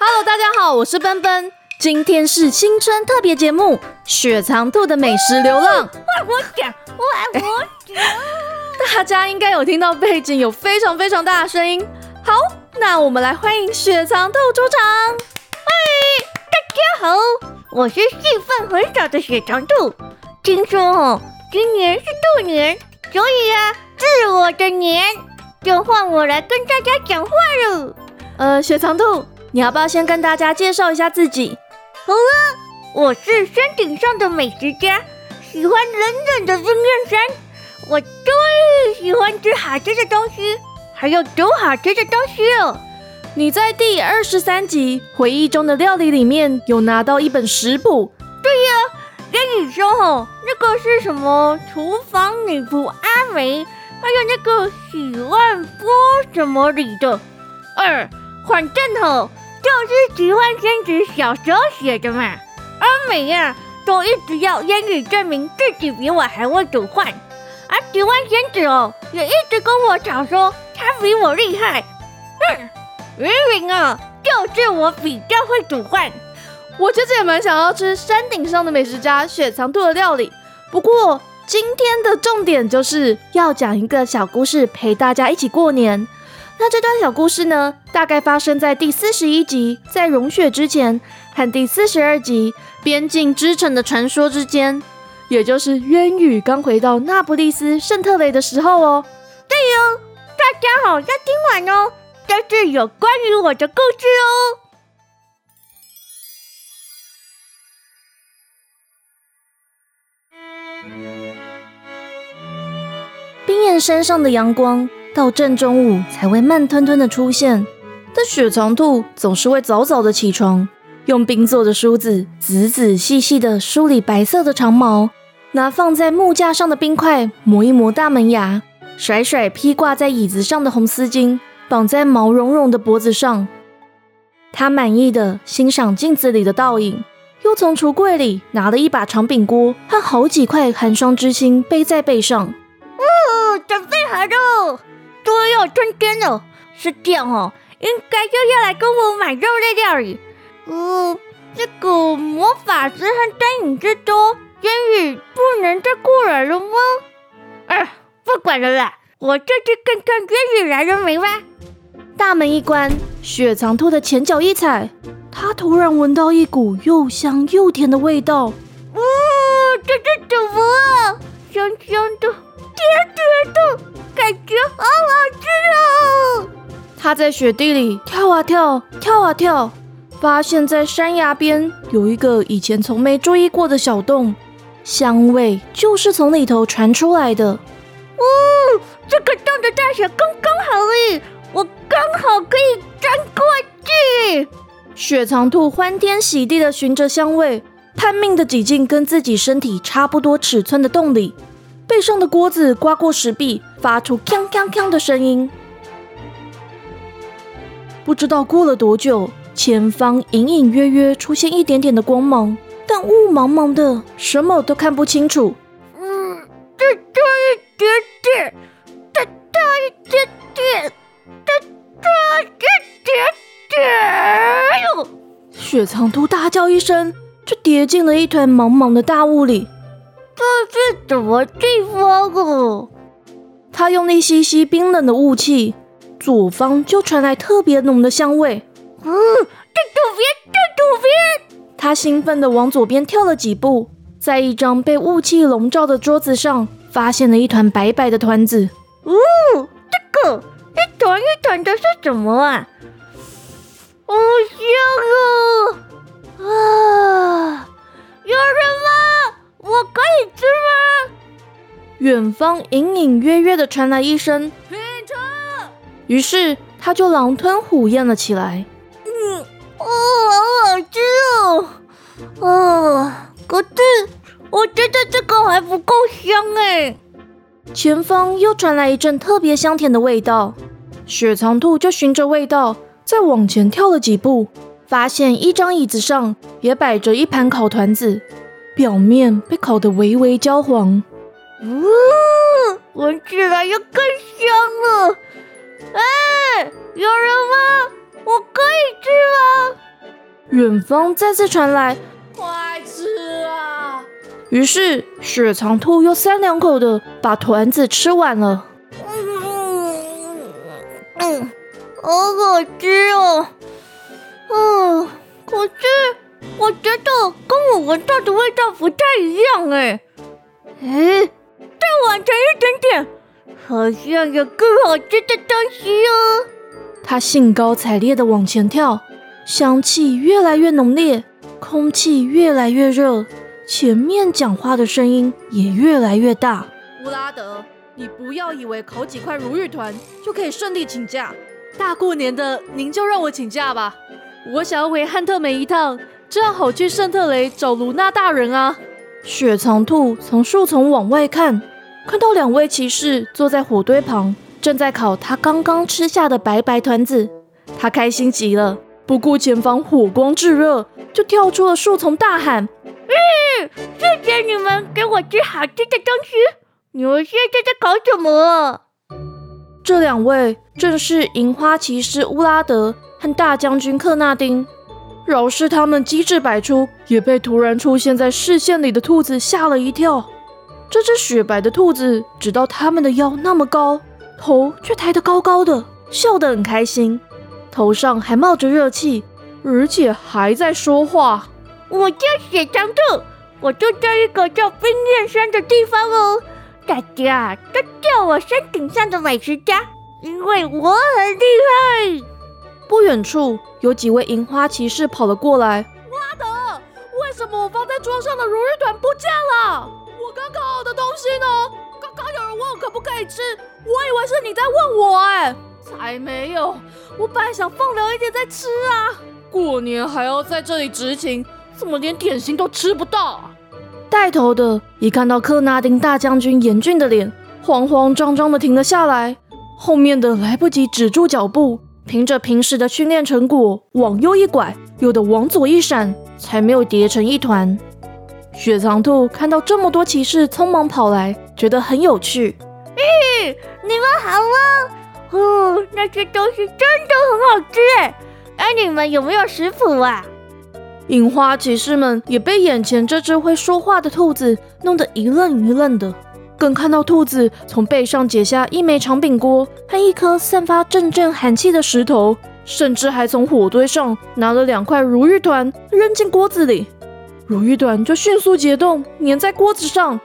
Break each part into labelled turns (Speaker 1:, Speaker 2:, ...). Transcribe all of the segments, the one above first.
Speaker 1: Hello， 大家好，我是奔奔。今天是新春特别节目《雪藏兔的美食流浪》。大家应该有听到背景有非常非常大的声音。好，那我们来欢迎雪藏兔出场。
Speaker 2: 大家好，我是戏份很少的雪藏兔。听说今年是兔年，所以是我的年，就换我来跟大家讲话了。
Speaker 1: 雪藏兔，你要不要先跟大家介绍一下自己？
Speaker 2: 好啊，我是山顶上的美食家，喜欢冷冷的冰焰山。我最喜欢吃好吃的东西，还有煮好吃的东西哦。
Speaker 1: 你在第23集回忆中的料理里面有拿到一本食谱。
Speaker 2: 对呀，跟你说那个是什么厨房女仆阿梅，还有那个喜欢播什么里的。反正就是喜欢仙子小时候写的嘛。阿美都一直要烟雨证明自己比我还会煮饭。喜欢仙子也一直跟我吵说她比我厉害。明明就是我比较会煮饭。
Speaker 1: 我其实也蛮想要吃山顶上的美食家雪藏兔的料理，不过今天的重点就是要讲一个小故事陪大家一起过年。那这段小故事呢，大概发生在第41集在融雪之前和第42集边境之城的传说之间，也就是渊羽刚回到那不勒斯圣特雷的时候哦。
Speaker 2: 对哦，大家要听完哦，这是有关于我的故事哦。
Speaker 1: 冰岩山上的阳光到正中午才会慢吞吞的出现，但雪藏兔总是会早早的起床，用冰做的梳子仔仔细细的梳理白色的长毛，拿放在木架上的冰块磨一磨大门牙，甩甩披挂在椅子上的红丝巾，绑在毛茸茸的脖子上。他满意的欣赏镜子里的倒影，又从橱柜里拿了一把长柄锅和好几块寒霜之心背在背上。
Speaker 2: 准备好了，都要春天了，是这样应该就要来跟我买肉类料理。这个魔法师和丹影之多，烟雨不能再过来了吗？不管了啦，我就去看看烟雨来了没吧。
Speaker 1: 大门一关，雪藏兔的前脚一踩，他突然闻到一股又香又甜的味道。
Speaker 2: 这是什么啊？香香的，甜甜的，感觉好好吃哦！
Speaker 1: 他在雪地里跳啊跳，跳啊跳，发现在山崖边有一个以前从没注意过的小洞，香味就是从里头传出来的。
Speaker 2: 这个洞的大小刚刚好而已，我刚好可以钻过去。
Speaker 1: 雪藏兔欢天喜地的循着香味，拼命的挤进跟自己身体差不多尺寸的洞里，背上的锅子刮过石壁，发出锵锵锵的声音。不知道过了多久，前方隐隐约约出现一点点的光芒，但雾茫茫的，什么都看不清楚。
Speaker 2: 再多一点点，再多一点点，再多一点点！
Speaker 1: 雪藏兔大叫一声，就跌进了一团茫茫的大雾里。
Speaker 2: 这是什么地方啊？
Speaker 1: 他用力吸吸冰冷的雾气，左方就传来特别浓的香味。
Speaker 2: 在左边！
Speaker 1: 他兴奋地往左边跳了几步，在一张被雾气笼罩的桌子上，发现了一团白白的团子。
Speaker 2: 这个一团一团的是什么啊？好香啊！有人吗？我可以吃吗？
Speaker 1: 远方隐隐约约地传来一声“停车”，于是他就狼吞虎咽了起来。
Speaker 2: 好好吃哦！可是我觉得这个还不够香哎。
Speaker 1: 前方又传来一阵特别香甜的味道，雪藏兔就循着味道再往前跳了几步，发现一张椅子上也摆着一盘烤团子，表面被烤得微微焦黄。
Speaker 2: 闻起来又更香了。有人吗？我可以吃吗？
Speaker 1: 远方再次传来快吃啊！于是雪藏兔又3两口的把团子吃完了。
Speaker 2: 好好吃哦。可是我觉得跟我闻到的味道不太一样哎。再往前一点点，好像有更好吃的东西哦。
Speaker 1: 他兴高采烈的往前跳，香气越来越浓烈，空气越来越热，前面讲话的声音也越来越大。乌拉德，你不要以为烤几块如玉团就可以顺利请假。大过年的，您就让我请假吧。我想要回汉特梅一趟，这样好去圣特雷找卢娜大人啊。雪藏兔从树丛往外看，看到2位骑士坐在火堆旁，正在烤他刚刚吃下的白白团子。他开心极了，不顾前方火光炙热，就跳出了树丛大喊：
Speaker 2: 谢谢你们给我吃好吃的东西。你们现在在搞什么？
Speaker 1: 这2位正是银花骑士乌拉德和大将军克纳丁。饶是他们机智百出，也被突然出现在视线里的兔子吓了一跳。这只雪白的兔子直到他们的腰那么高，头却抬得高高的，笑得很开心，头上还冒着热气，而且还在说话。
Speaker 2: 我叫雪藏兔，我住在一个叫冰焰山的地方哦。大家都叫我山顶上的美食家，因为我很厉害。
Speaker 1: 不远处有几位银花骑士跑了过来。
Speaker 3: 拉德，为什么我放在桌上的如意团不见了？我刚烤好的东西呢？刚刚有人问我可不可以吃，我以为是你在问我才没有，我本来想放凉一点再吃啊。过年还要在这里执勤，怎么连点心都吃不到啊？
Speaker 1: 带头的一看到克纳丁大将军严峻的脸，慌慌张张的停了下来，后面的来不及止住脚步，凭着平时的训练成果，往右一拐，有的往左一闪，才没有叠成一团。雪藏兔看到这么多骑士匆忙跑来，觉得很有趣。
Speaker 2: 你们好吗？那些东西真的很好吃哎！你们有没有食谱啊？
Speaker 1: 银花骑士们也被眼前这只会说话的兔子弄得一愣一愣的，更看到兔子从背上解下一枚长柄锅和一颗散发阵阵寒气的石头，甚至还从火堆上拿了2块如意团扔进锅子里，如意团就迅速结冻，粘在锅子上。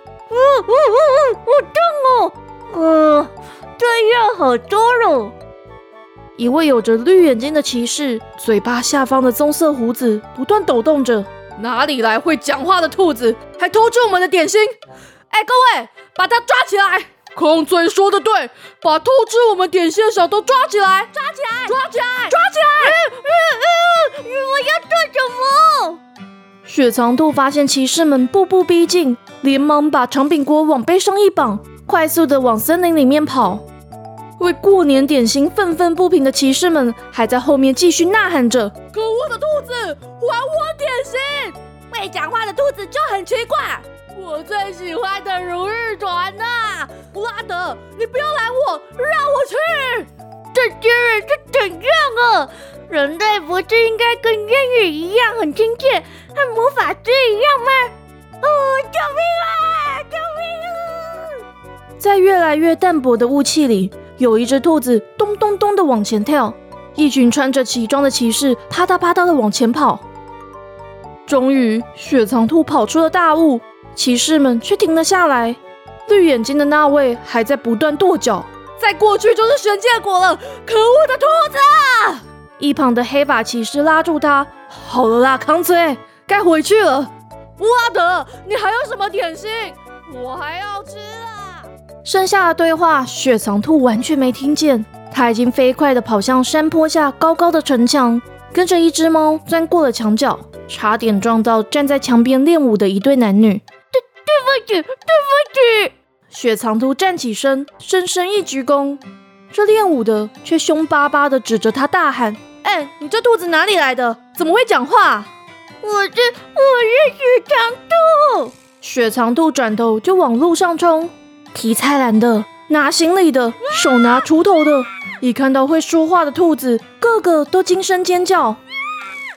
Speaker 2: 好烫哦！这样好多了。
Speaker 1: 一位有着绿眼睛的骑士，嘴巴下方的棕色胡子不断抖动着。哪里来会讲话的兔子，还偷吃我们的点心？各位，把他抓起来！
Speaker 3: 空嘴说的对，把偷吃我们点心的小偷抓起来！抓起来！抓起来！抓起来！
Speaker 2: 你们要做什么？
Speaker 1: 雪藏兔发现骑士们步步逼近，连忙把长柄锅往背上一绑，快速的往森林里面跑。为过年点心愤愤不平的骑士们还在后面继续呐喊着：
Speaker 3: 可恶的兔子，还我点心！
Speaker 2: 会讲话的兔子就很奇怪。
Speaker 3: 我最喜欢的如意团啊！布拉德，你不要拦我，让我去！
Speaker 2: 这些人是怎样啊？人类不是应该跟烟雨一样很亲切，和魔法师一样吗？救命啊！救命啊！
Speaker 1: 在越来越淡薄的雾气里，有一只兔子咚咚咚的往前跳，一群穿着旗装的骑士啪嗒啪嗒的往前跑。终于，雪藏兔跑出了大雾，骑士们却停了下来。绿眼睛的那位还在不断跺脚，
Speaker 3: 再过去就是玄剑果了！可恶的兔子啊！
Speaker 1: 一旁的黑发骑士拉住他：“好了啦，康崔，该回去了。”
Speaker 3: 乌拉德，你还有什么点心？我还要吃啊！
Speaker 1: 剩下的对话，雪藏兔完全没听见。他已经飞快地跑向山坡下高高的城墙，跟着一只猫钻过了墙角，差点撞到站在墙边练舞的一对男女。
Speaker 2: 对不起！
Speaker 1: 雪藏兔站起身，深深一鞠躬。这练舞的却凶巴巴地指着他大喊：“你这兔子哪里来的？怎么会讲话？”
Speaker 2: 我是雪藏兔。
Speaker 1: 雪藏兔转头就往路上冲，提菜篮的、拿行李的、手拿锄头的，一看到会说话的兔子，个个都惊声尖叫。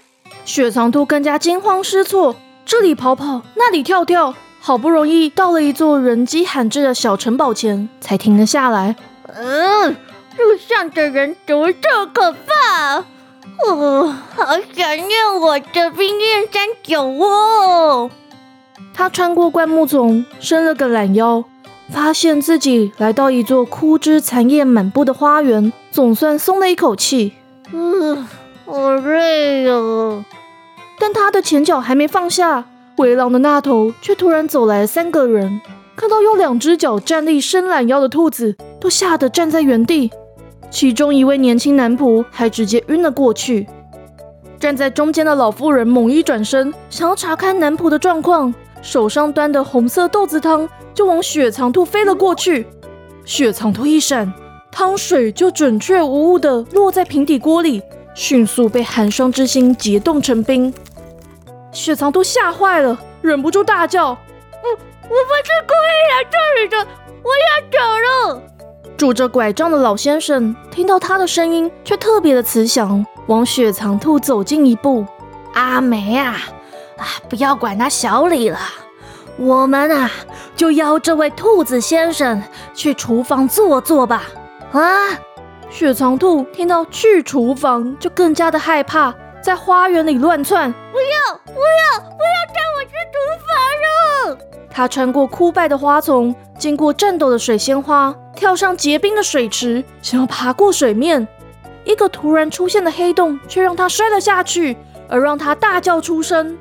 Speaker 1: 雪藏兔更加惊慌失措，这里跑跑，那里跳跳，好不容易到了一座人迹罕至的小城堡前，才停了下来。
Speaker 2: 路上的人怎么这么可怕？好想念我的冰焰山酒哦！
Speaker 1: 他穿过灌木丛，伸了个懒腰，发现自己来到一座枯枝残叶满布的花园，总算松了一口气。
Speaker 2: 好累哦。
Speaker 1: 但他的前脚还没放下，围廊的那头却突然走来了3个人，看到用2只脚站立伸懒腰的兔子，都吓得站在原地。其中一位年轻男仆还直接晕了过去。站在中间的老妇人猛一转身，想要查看男仆的状况，手上端的红色豆子汤就往雪藏兔飞了过去。雪藏兔一闪，汤水就准确无误地落在平底锅里，迅速被寒霜之心结冻成冰。雪藏兔吓坏了，忍不住大叫：
Speaker 2: 我不是故意来这里的，我要走了。
Speaker 1: 拄着拐杖的老先生听到他的声音，却特别的慈祥，往雪藏兔走近一步。
Speaker 2: 阿梅啊，不要管那小李了，我们就邀这位兔子先生去厨房坐坐吧。
Speaker 1: 雪藏兔听到去厨房就更加的害怕，在花园里乱窜。
Speaker 2: 不要带我去厨房了！
Speaker 1: 他穿过枯败的花丛，经过颤抖的水仙花，跳上结冰的水池，想要爬过水面。一个突然出现的黑洞却让他摔了下去，而让他大叫出声。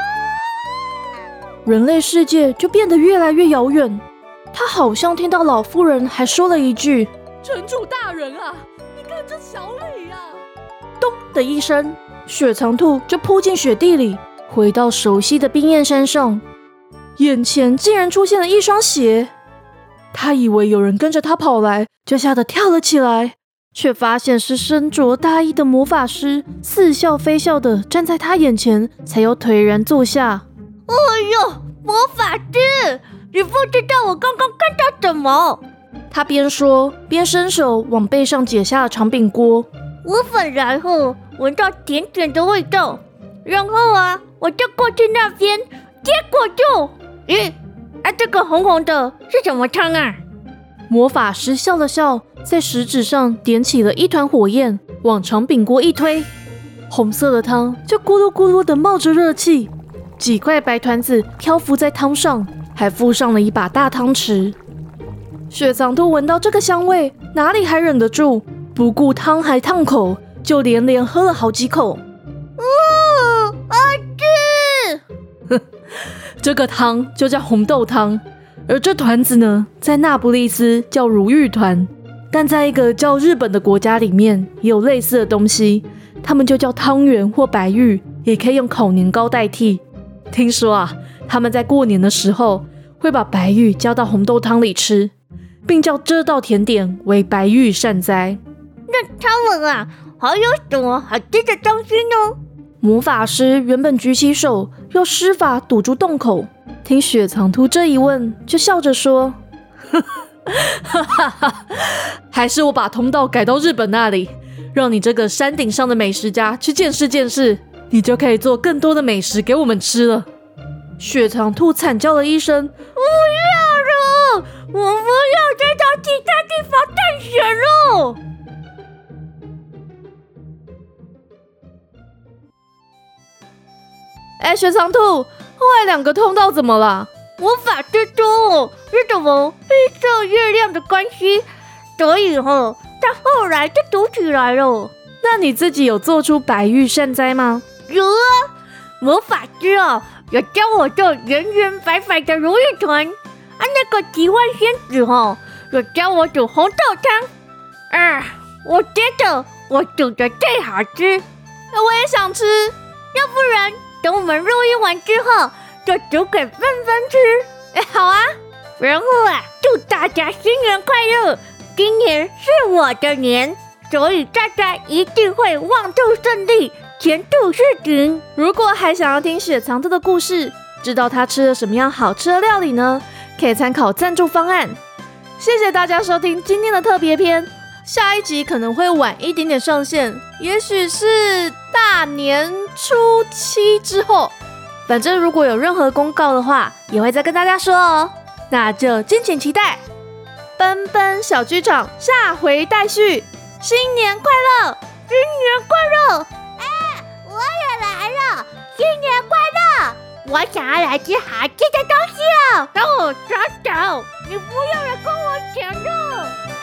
Speaker 1: 人类世界就变得越来越遥远。他好像听到老妇人还说了一句：
Speaker 3: 城主大人啊，你看这小李啊！
Speaker 1: 咚的一声，雪藏兔就扑进雪地里，回到熟悉的冰焰山上。眼前竟然出现了一双鞋，他以为有人跟着他跑来，就吓得跳了起来，却发现是身着大衣的魔法师似笑非笑的站在他眼前，才又颓然坐下。
Speaker 2: 魔法师，你不知道我刚刚看到什么？
Speaker 1: 他边说边伸手往背上解下了长柄锅。
Speaker 2: 我返来后闻到甜甜的味道，然后我就过去那边，结果就这个红红的是什么汤啊？
Speaker 1: 魔法师笑了笑，在食指上点起了一团火焰，往长柄锅一推，红色的汤就咕噜咕噜的冒着热气，几块白团子漂浮在汤上，还附上了一把大汤匙。雪藏兔闻到这个香味，哪里还忍得住？不顾汤还烫口，就连喝了好几口。这个汤就叫红豆汤，而这团子呢，在那不勒斯叫如玉团，但在一个叫日本的国家里面也有类似的东西，他们就叫汤圆或白玉，也可以用烤年糕代替。听说他们在过年的时候会把白玉浇到红豆汤里吃，并叫这道甜点为白玉善哉。
Speaker 2: 那他们还有什么好吃的东西呢？
Speaker 1: 魔法师原本举起手，用施法堵住洞口。听雪藏兔这一问，就笑着说：“还是我把通道改到日本那里，让你这个山顶上的美食家去见识见识，你就可以做更多的美食给我们吃了。”雪藏兔惨叫了一声：“
Speaker 2: 不要了，我不要再到其他地方探险了。”
Speaker 1: 雪藏兔，后来2个通道怎么了？
Speaker 2: 魔法师说是什么黑色月亮的关系，所以他后来就堵起来了。
Speaker 1: 那你自己有做出白玉善哉吗？
Speaker 2: 有魔法师有教我做圆圆白白的如意团，那个奇幻仙子有教我煮红豆汤。我觉得我煮的最好吃，
Speaker 3: 我也想吃。
Speaker 2: 要不然等我们录音完之后，就煮给芬芬吃。
Speaker 3: 好啊。
Speaker 2: 然后祝大家新年快乐！今年是我的年，所以大家一定会旺兔顺利，前途似锦。
Speaker 1: 如果还想要听雪藏兔的故事，知道他吃了什么样好吃的料理呢？可以参考赞助方案。谢谢大家收听今天的特别篇，
Speaker 3: 下一集可能会晚一点点上线，也许是大年初7之后。反正如果有任何公告的话，也会再跟大家说哦。那就敬请期待。奔奔小剧场下回待续，新年快乐！
Speaker 2: 新年快乐！我也来了，新年快乐！我想要来吃好吃的东西了。等我抓走，你不要来跟我抢了。